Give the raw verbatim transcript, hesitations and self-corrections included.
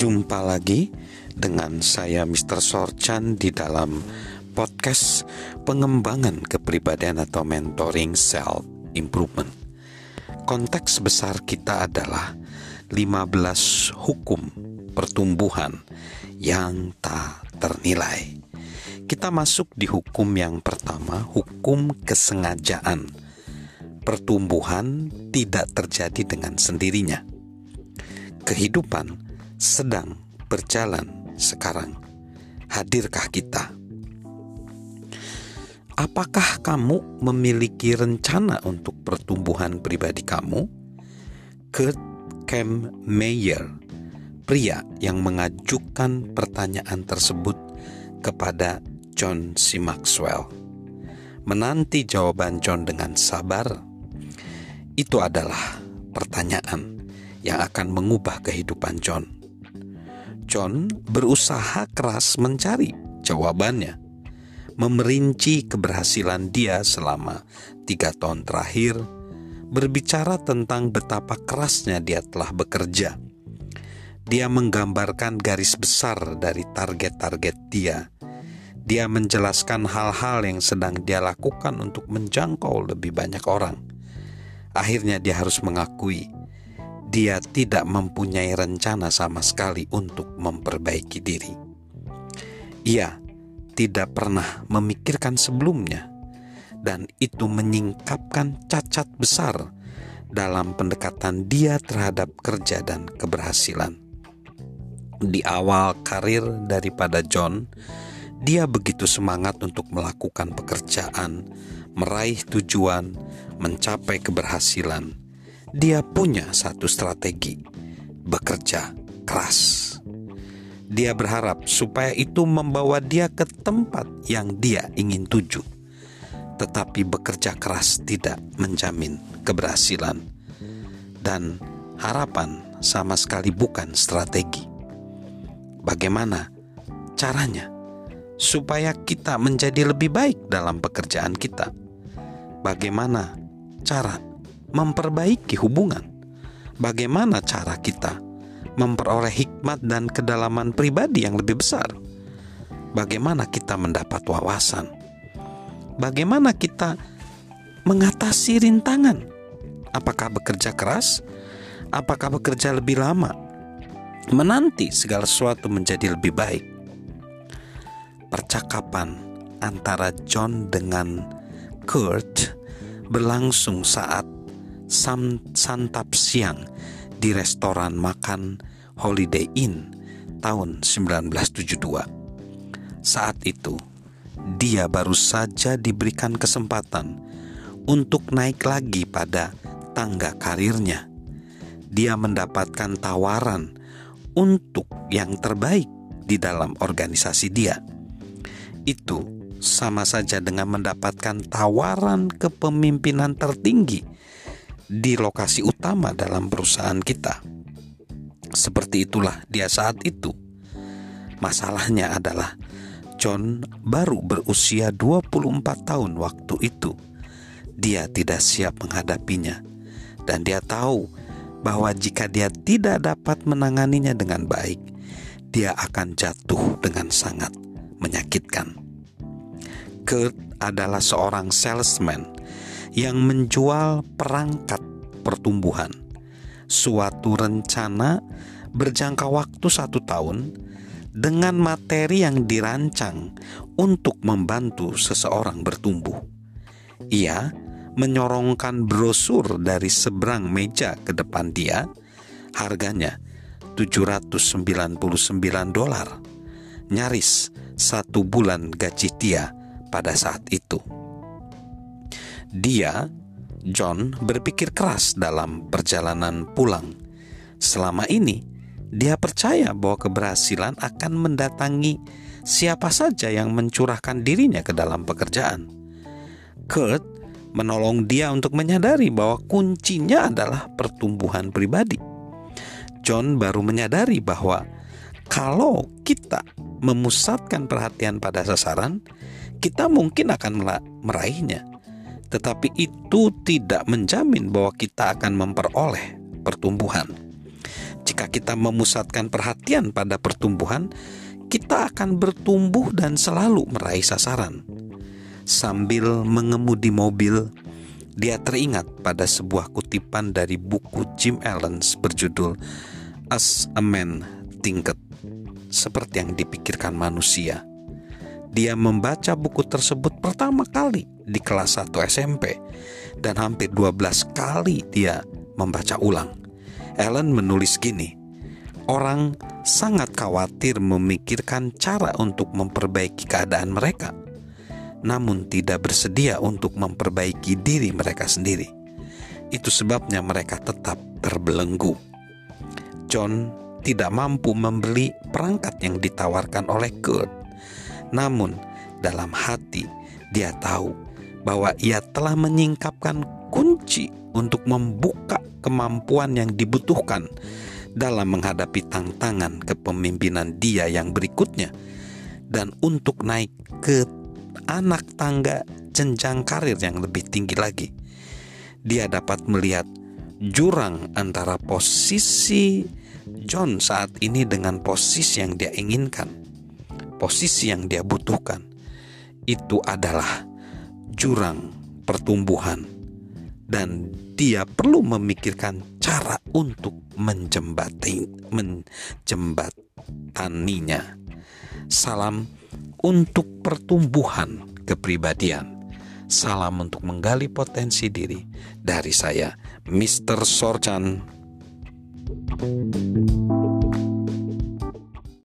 Jumpa lagi dengan saya mister Sorchan di dalam podcast pengembangan kepribadian atau mentoring self improvement. Konteks besar kita adalah lima belas hukum pertumbuhan yang tak ternilai. Kita masuk di hukum yang pertama, hukum kesengajaan. Pertumbuhan tidak terjadi dengan sendirinya. Kehidupan sedang berjalan sekarang. Hadirkah kita? Apakah kamu memiliki rencana untuk pertumbuhan pribadi kamu? Kurt Kempmeier, pria yang mengajukan pertanyaan tersebut kepada John C. Maxwell, menanti jawaban John dengan sabar. Itu adalah pertanyaan yang akan mengubah kehidupan John. John berusaha keras mencari jawabannya, memerinci keberhasilan dia selama tiga tahun terakhir, berbicara tentang betapa kerasnya dia telah bekerja. Dia menggambarkan garis besar dari target-target dia. Dia menjelaskan hal-hal yang sedang dia lakukan untuk menjangkau lebih banyak orang. Akhirnya dia harus mengakui dia tidak mempunyai rencana sama sekali untuk memperbaiki diri. Ia tidak pernah memikirkan sebelumnya, dan itu menyingkapkan cacat besar dalam pendekatan dia terhadap kerja dan keberhasilan. Di awal karir daripada John, dia begitu semangat untuk melakukan pekerjaan, meraih tujuan, mencapai keberhasilan. Dia punya satu strategi, bekerja keras. Dia berharap supaya itu membawa dia ke tempat yang dia ingin tuju. Tetapi bekerja keras tidak menjamin keberhasilan, dan harapan sama sekali bukan strategi. Bagaimana caranya supaya kita menjadi lebih baik dalam pekerjaan kita? Bagaimana cara memperbaiki hubungan? Bagaimana cara kita memperoleh hikmat dan kedalaman pribadi yang lebih besar? Bagaimana kita mendapat wawasan? Bagaimana kita mengatasi rintangan? Apakah bekerja keras? Apakah bekerja lebih lama? Menanti segala sesuatu menjadi lebih baik. Percakapan antara John dengan Kurt berlangsung saat sam- santap siang di restoran makan Holiday Inn tahun sembilan belas tujuh puluh dua. Saat itu, dia baru saja diberikan kesempatan untuk naik lagi pada tangga karirnya. Dia mendapatkan tawaran untuk yang terbaik di dalam organisasi dia. Itu sama saja dengan mendapatkan tawaran kepemimpinan tertinggi di lokasi utama dalam perusahaan kita. Seperti itulah dia saat itu. Masalahnya adalah John baru berusia dua puluh empat tahun waktu itu. Dia tidak siap menghadapinya, dan dia tahu bahwa jika dia tidak dapat menanganinya dengan baik, dia akan jatuh dengan sangat menyakitkan. Kurt adalah seorang salesman yang menjual perangkat pertumbuhan, suatu rencana berjangka waktu satu tahun dengan materi yang dirancang untuk membantu seseorang bertumbuh. Ia menyorongkan brosur dari seberang meja ke depan dia. Harganya tujuh ratus sembilan puluh sembilan dolar, nyaris satu bulan gaji dia pada saat itu. Dia, John, berpikir keras dalam perjalanan pulang. Selama ini, dia percaya bahwa keberhasilan akan mendatangi siapa saja yang mencurahkan dirinya ke dalam pekerjaan. Kurt menolong dia untuk menyadari bahwa kuncinya adalah pertumbuhan pribadi. John baru menyadari bahwa kalau kita memusatkan perhatian pada sasaran, kita mungkin akan meraihnya. Tetapi itu tidak menjamin bahwa kita akan memperoleh pertumbuhan. Jika kita memusatkan perhatian pada pertumbuhan, kita akan bertumbuh dan selalu meraih sasaran. Sambil mengemudi mobil, dia teringat pada sebuah kutipan dari buku Jim Ellen's berjudul As a Man Thinketh, seperti yang dipikirkan manusia. Dia membaca buku tersebut pertama kali di kelas satu S M P, dan hampir dua belas kali dia membaca ulang. Ellen menulis gini, orang sangat khawatir memikirkan cara untuk memperbaiki keadaan mereka, namun tidak bersedia untuk memperbaiki diri mereka sendiri. Itu sebabnya mereka tetap terbelenggu. John tidak mampu membeli perangkat yang ditawarkan oleh Kurt, namun dalam hati dia tahu bahwa ia telah menyingkapkan kunci untuk membuka kemampuan yang dibutuhkan dalam menghadapi tantangan kepemimpinan dia yang berikutnya, dan untuk naik ke anak tangga jenjang karir yang lebih tinggi lagi. Dia dapat melihat jurang antara posisi John saat ini dengan posisi yang dia inginkan, posisi yang dia butuhkan. Itu adalah jurang pertumbuhan, dan dia perlu memikirkan cara untuk menjembatani, menjembataninya. Salam untuk pertumbuhan kepribadian. Salam untuk menggali potensi diri dari saya, mister Sorchan.